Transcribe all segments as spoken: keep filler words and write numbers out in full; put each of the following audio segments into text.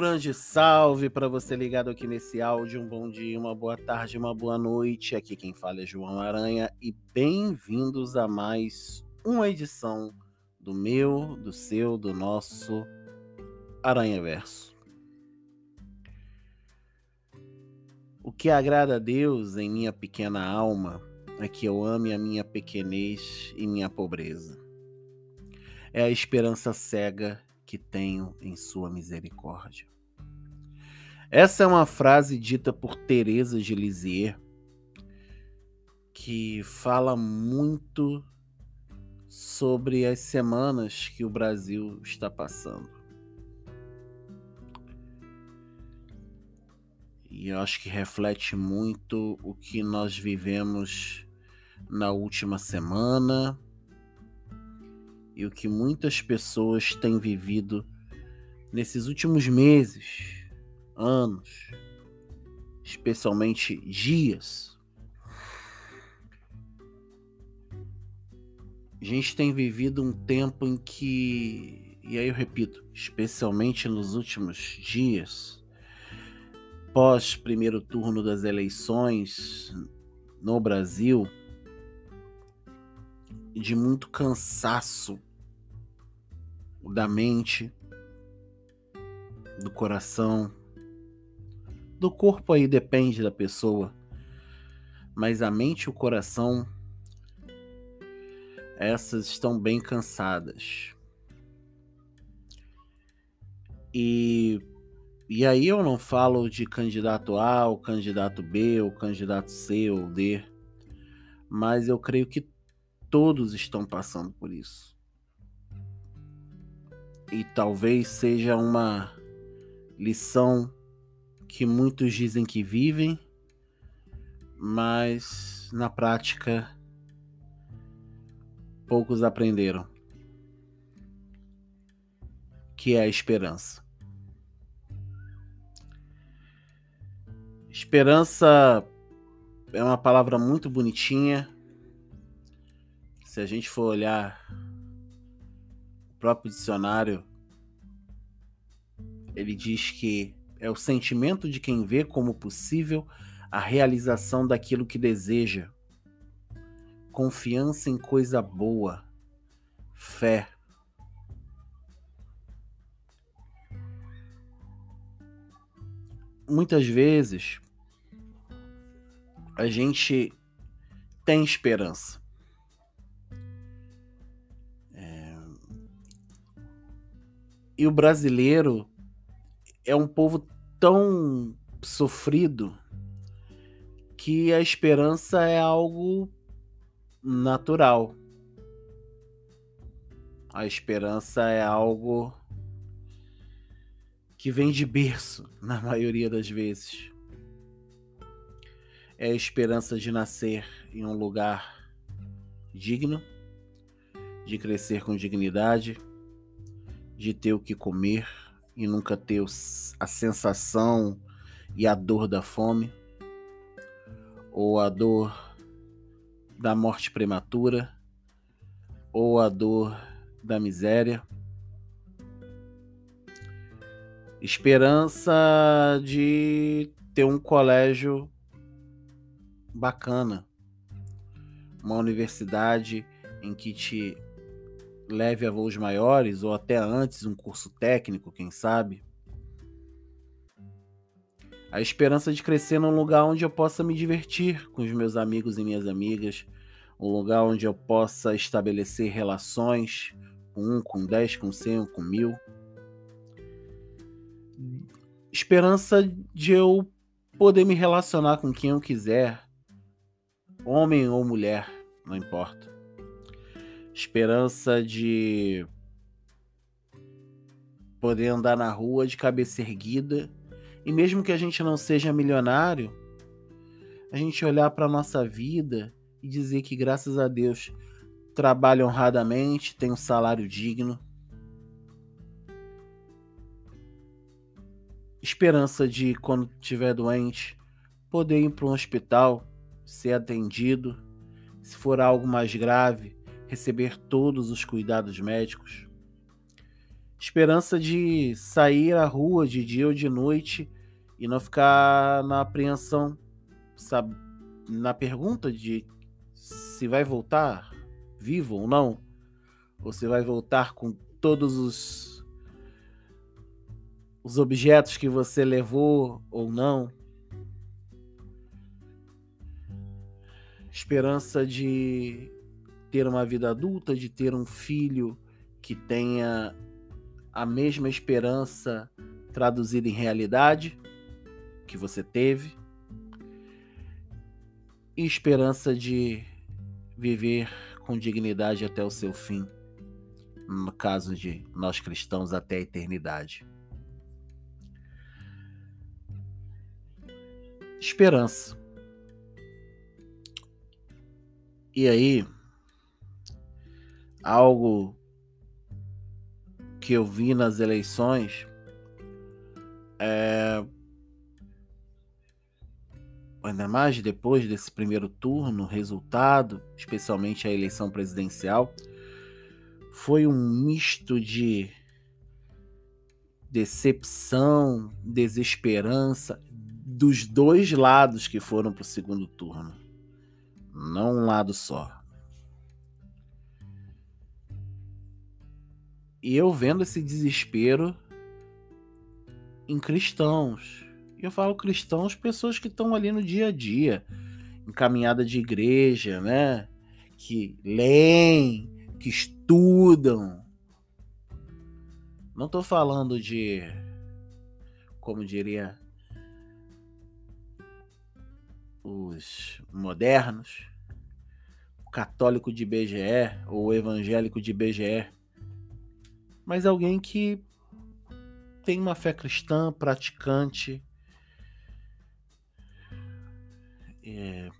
grande salve para você ligado aqui nesse áudio. Um bom dia, uma boa tarde, uma boa noite. Aqui quem fala é João Aranha e bem-vindos a mais uma edição do meu, do seu, do nosso Aranha Verso. O que agrada a Deus em minha pequena alma é que eu ame a minha pequenez e minha pobreza. É a esperança cega que tenho em sua misericórdia. Essa é uma frase dita por Teresa de Lisieux, que fala muito sobre as semanas que o Brasil está passando. E eu acho que reflete muito o que nós vivemos na última semana e o que muitas pessoas têm vivido nesses últimos meses, anos, especialmente dias. A gente tem vivido um tempo em que, e aí eu repito, especialmente nos últimos dias, pós primeiro turno das eleições no Brasil, de muito cansaço da mente, do coração, do corpo aí depende da pessoa, mas a mente e o coração, essas estão bem cansadas. E, e aí eu não falo de candidato A, ou candidato B, ou candidato C ou D, mas eu creio que todos estão passando por isso. E talvez seja uma lição que muitos dizem que vivem, mas na prática poucos aprenderam, que é a esperança. Esperança é uma palavra muito bonitinha. Se a gente for olhar o próprio dicionário, ele diz que é o sentimento de quem vê como possível a realização daquilo que deseja, confiança em coisa boa, fé. Muitas vezes a gente tem esperança. É... E o brasileiro é um povo tão sofrido que a esperança é algo natural. A esperança é algo que vem de berço, na maioria das vezes. É a esperança de nascer em um lugar digno, de crescer com dignidade, de ter o que comer e nunca ter a sensação e a dor da fome, ou a dor da morte prematura, ou a dor da miséria. Esperança de ter um colégio bacana, uma universidade em que te leve a voos maiores, ou até antes um curso técnico, quem sabe. A esperança de crescer num lugar onde eu possa me divertir com os meus amigos e minhas amigas, um lugar onde eu possa estabelecer relações com um, com dez, com cem, com mil. Esperança de eu poder me relacionar com quem eu quiser, homem ou mulher, não importa. Esperança de poder andar na rua de cabeça erguida, e mesmo que a gente não seja milionário, a gente olhar para a nossa vida e dizer que, graças a Deus, trabalha honradamente, tem um salário digno. Esperança de, quando estiver doente, poder ir para um hospital, ser atendido, se for algo mais grave, receber todos os cuidados médicos. Esperança de sair à rua de dia ou de noite e não ficar na apreensão, sabe, na pergunta de se vai voltar vivo ou não, ou se vai voltar com todos os, os objetos que você levou ou não. Esperança de ter uma vida adulta, de ter um filho que tenha a mesma esperança traduzida em realidade que você teve, e esperança de viver com dignidade até o seu fim, no caso de nós cristãos, até a eternidade. Esperança. E aí, algo que eu vi nas eleições é, ainda mais depois desse primeiro turno, resultado, especialmente a eleição presidencial, foi um misto de decepção, desesperança dos dois lados que foram para o segundo turno, não um lado só. E eu vendo esse desespero em cristãos. E eu falo cristãos, pessoas que estão ali no dia a dia, em caminhada de igreja, né? Que leem, que estudam. Não estou falando de, como diria os modernos, o católico de I B G E ou o evangélico de I B G E, mas alguém que tem uma fé cristã, praticante, é,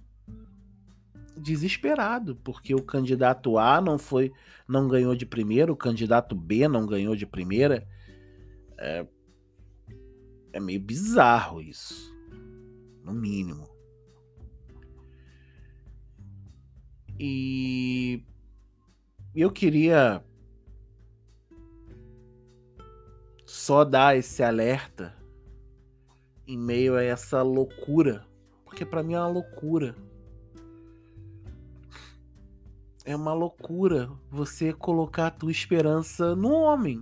desesperado, porque o candidato A não foi, não ganhou de primeira, o candidato B não ganhou de primeira. É, é meio bizarro isso, no mínimo. E eu queria só dar esse alerta em meio a essa loucura, porque para mim é uma loucura. É uma loucura você colocar a tua esperança no homem.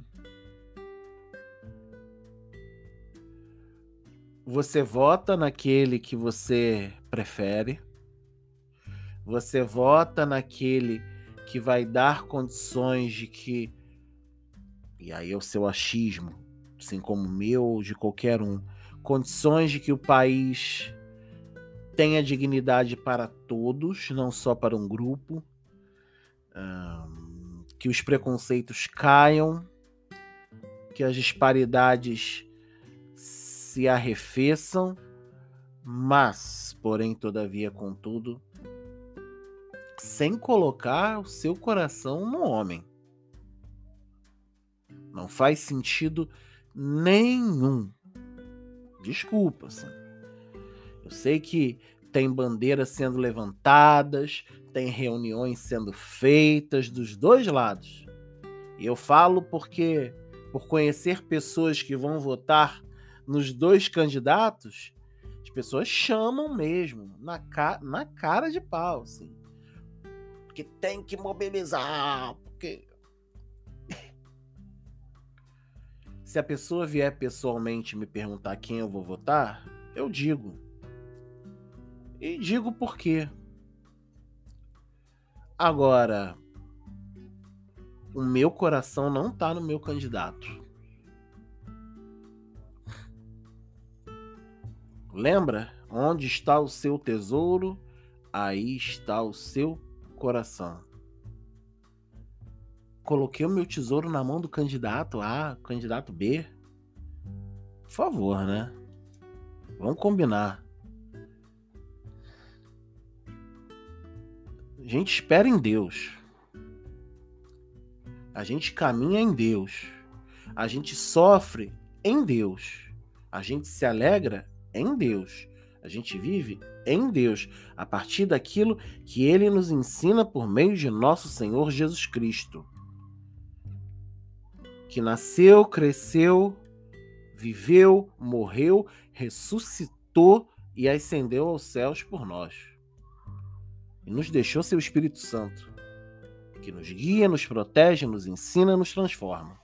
Você vota naquele que você prefere. Você vota naquele que vai dar condições de que, e aí é o seu achismo, assim como o meu ou de qualquer um, condições de que o país tenha dignidade para todos, não só para um grupo, hum, que os preconceitos caiam, que as disparidades se arrefeçam, mas, porém, todavia, contudo, sem colocar o seu coração no homem. Não faz sentido nenhum. Desculpa, assim. Eu sei que tem bandeiras sendo levantadas, tem reuniões sendo feitas dos dois lados. E eu falo porque, por conhecer pessoas que vão votar nos dois candidatos, as pessoas chamam mesmo, na, ca- na cara de pau, assim. Porque tem que mobilizar, porque... Se a pessoa vier pessoalmente me perguntar quem eu vou votar, eu digo. E digo por quê. Agora, o meu coração não tá no meu candidato. Lembra? Onde está o seu tesouro, aí está o seu coração. Coloquei o meu tesouro na mão do candidato A, candidato B. Por favor, né? Vamos combinar. A gente espera em Deus. A gente caminha em Deus. A gente sofre em Deus. A gente se alegra em Deus. A gente vive em Deus, a partir daquilo que Ele nos ensina por meio de nosso Senhor Jesus Cristo. que nasceu, cresceu, viveu, morreu, ressuscitou e ascendeu aos céus por nós. E nos deixou seu Espírito Santo, que nos guia, nos protege, nos ensina, nos transforma.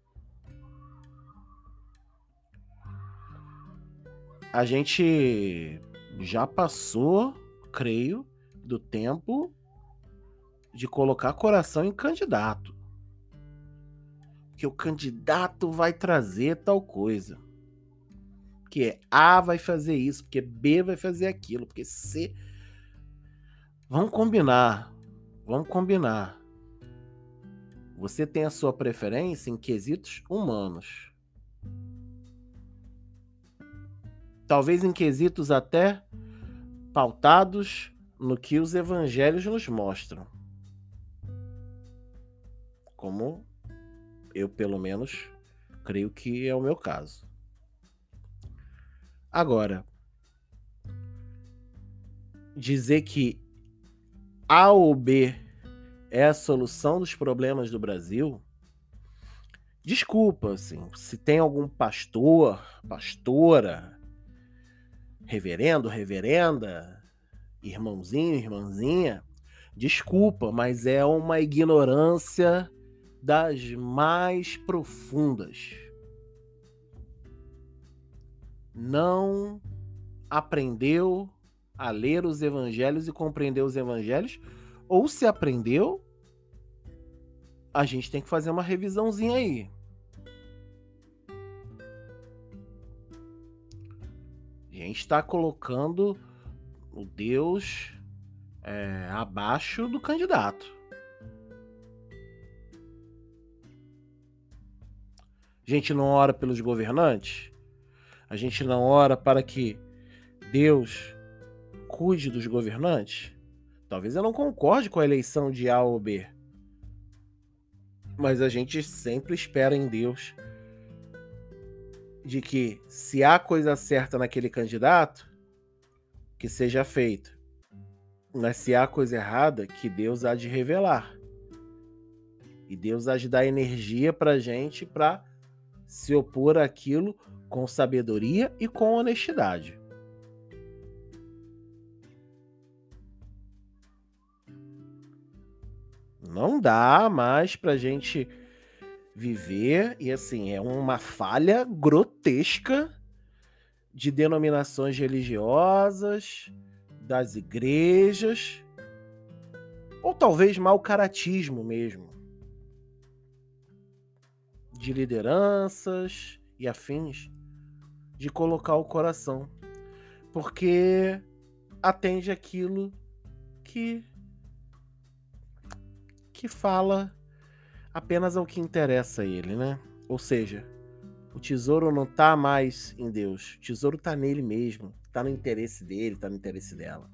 A gente já passou, creio, do tempo de colocar coração em candidato. Que o candidato vai trazer tal coisa. Porque A vai fazer isso, porque B vai fazer aquilo, porque C... Vamos combinar, vamos combinar. Você tem a sua preferência em quesitos humanos. Talvez em quesitos até pautados no que os evangelhos nos mostram. Como eu, pelo menos, creio que é o meu caso. Agora, dizer que A ou B é a solução dos problemas do Brasil, desculpa, assim, se tem algum pastor, pastora, reverendo, reverenda, irmãozinho, irmãzinha, desculpa, mas é uma ignorância das mais profundas. Não aprendeu a ler os evangelhos e compreender os evangelhos, ou se aprendeu, a gente tem que fazer uma revisãozinha aí. A gente está colocando o Deus é, abaixo do candidato. A gente não ora pelos governantes? A gente não ora para que Deus cuide dos governantes? Talvez eu não concorde com a eleição de A ou B, mas a gente sempre espera em Deus de que, se há coisa certa naquele candidato, que seja feito. Mas se há coisa errada, que Deus há de revelar. E Deus há de dar energia pra gente para se opor àquilo com sabedoria e com honestidade. Não dá mais pra gente viver, e assim, é uma falha grotesca de denominações religiosas, das igrejas, ou talvez mau caratismo mesmo, de lideranças e afins, de colocar o coração, porque atende aquilo que que fala apenas ao que interessa a ele, né? Ou seja, o tesouro não tá mais em Deus, o tesouro tá nele mesmo, tá no interesse dele, tá no interesse dela.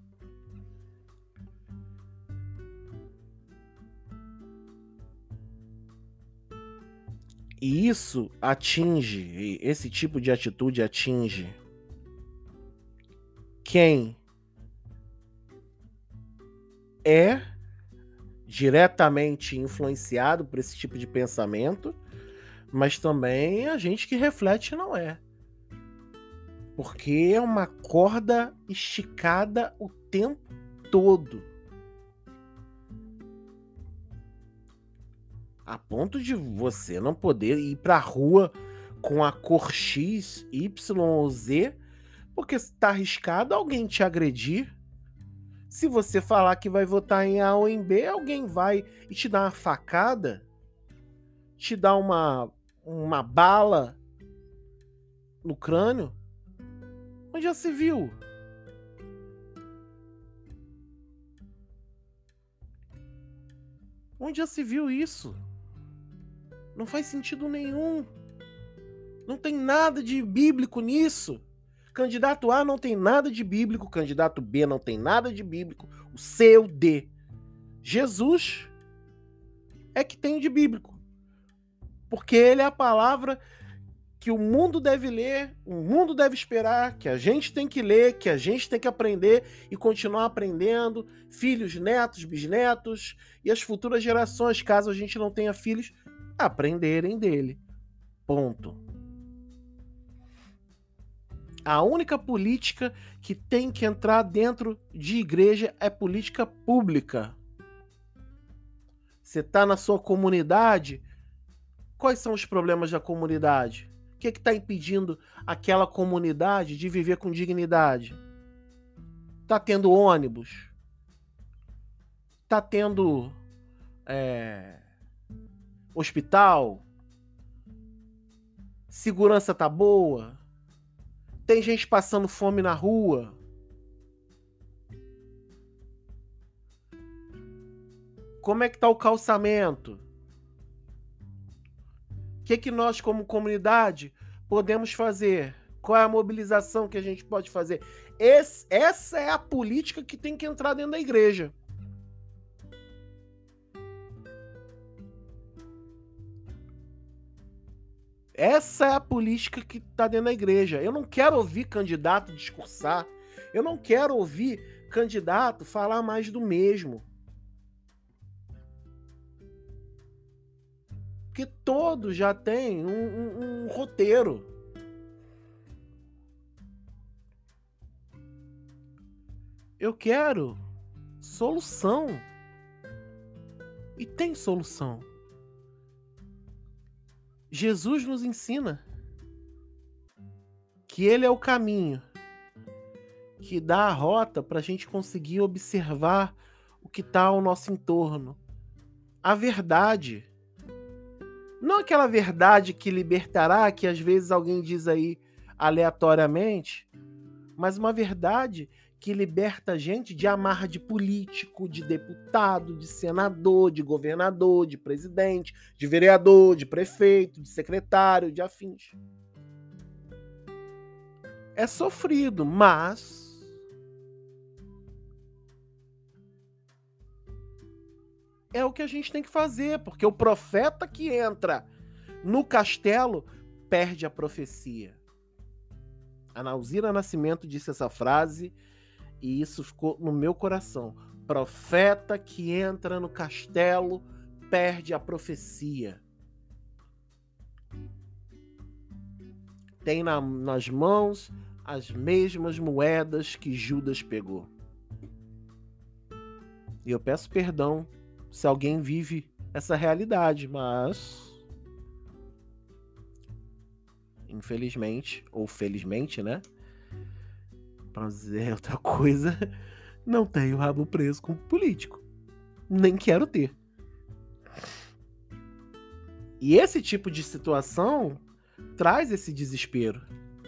E isso atinge, esse tipo de atitude atinge quem é diretamente influenciado por esse tipo de pensamento, mas também a gente que reflete não é. Porque é uma corda esticada o tempo todo. A ponto de você não poder ir pra rua com a cor X, Y ou Z, porque está arriscado alguém te agredir. Se você falar que vai votar em A ou em B, alguém vai e te dar uma facada, te dar uma, uma bala no crânio. Onde já se viu? Onde já se viu isso? Não faz sentido nenhum. Não tem nada de bíblico nisso. Candidato A não tem nada de bíblico, candidato B não tem nada de bíblico, o C ou D. Jesus é que tem de bíblico. Porque ele é a palavra que o mundo deve ler, o mundo deve esperar, que a gente tem que ler, que a gente tem que aprender e continuar aprendendo, filhos, netos, bisnetos e as futuras gerações, caso a gente não tenha filhos, aprenderem dele. Ponto. A única política que tem que entrar dentro de igreja é política pública. Você está na sua comunidade, quais são os problemas da comunidade? O que está impedindo aquela comunidade de viver com dignidade? Está tendo ônibus? Está tendo é, hospital? Segurança tá boa? Tem gente passando fome na rua? Como é que tá o calçamento? O que, que nós, como comunidade, podemos fazer? Qual é a mobilização que a gente pode fazer? Esse, essa é a política que tem que entrar dentro da igreja. Essa é a política que está dentro da igreja. Eu não quero ouvir candidato discursar. Eu não quero ouvir candidato falar mais do mesmo. Porque todos já têm um, um, um roteiro. Eu quero solução. E tem solução. Jesus nos ensina que ele é o caminho que dá a rota para a gente conseguir observar o que está ao nosso entorno. A verdade. Não aquela verdade que libertará, que às vezes alguém diz aí aleatoriamente, mas uma verdade que liberta a gente de amarra de político, de deputado, de senador, de governador, de presidente, de vereador, de prefeito, de secretário, de afins. É sofrido, mas é o que a gente tem que fazer, porque o profeta que entra no castelo perde a profecia. A Nauzira Nascimento disse essa frase e isso ficou no meu coração. Profeta que entra no castelo perde a profecia. Tem na, nas mãos as mesmas moedas que Judas pegou. E eu peço perdão se alguém vive essa realidade, mas infelizmente, ou felizmente, né? Pra dizer outra coisa, não tenho rabo preso com político. Nem quero ter. E esse tipo de situação traz esse desespero.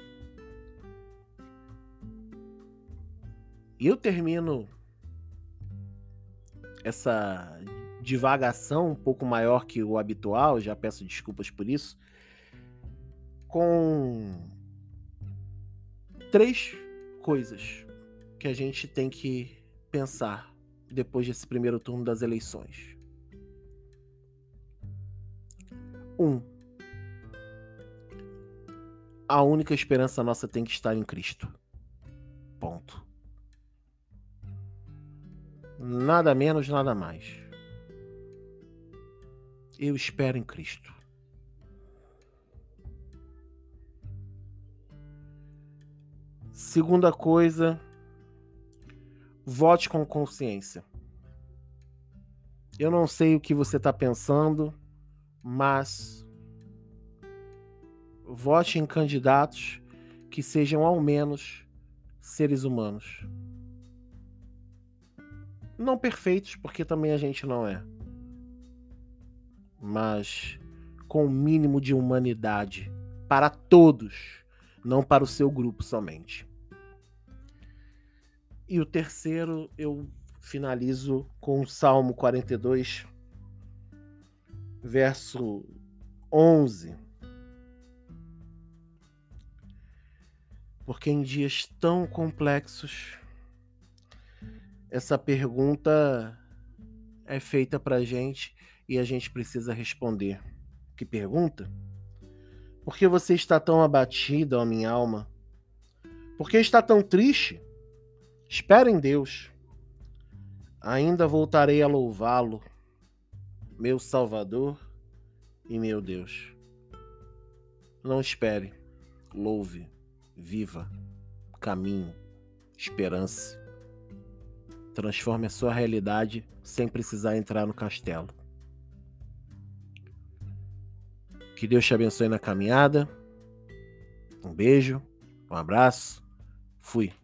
E eu termino essa divagação um pouco maior que o habitual, já peço desculpas por isso, com três coisas que a gente tem que pensar depois desse primeiro turno das eleições. Um, a única esperança nossa tem que estar em Cristo. Ponto. Nada menos, nada mais. Eu espero em Cristo. Segunda coisa, vote com consciência. Eu não sei o que você está pensando, mas vote em candidatos que sejam ao menos seres humanos. Não perfeitos, porque também a gente não é. Mas com o mínimo de humanidade para todos, não para o seu grupo somente. E o terceiro, eu finalizo com o Salmo quarenta e dois, verso onze. Porque em dias tão complexos, essa pergunta é feita pra gente e a gente precisa responder. Que pergunta? Por que você está tão abatido, ó minha alma? Por que está tão triste? Espera em Deus. Ainda voltarei a louvá-lo, meu Salvador e meu Deus. Não espere, louve, viva, caminhe, esperance. Transforme a sua realidade sem precisar entrar no castelo. Que Deus te abençoe na caminhada. Um beijo, um abraço. Fui.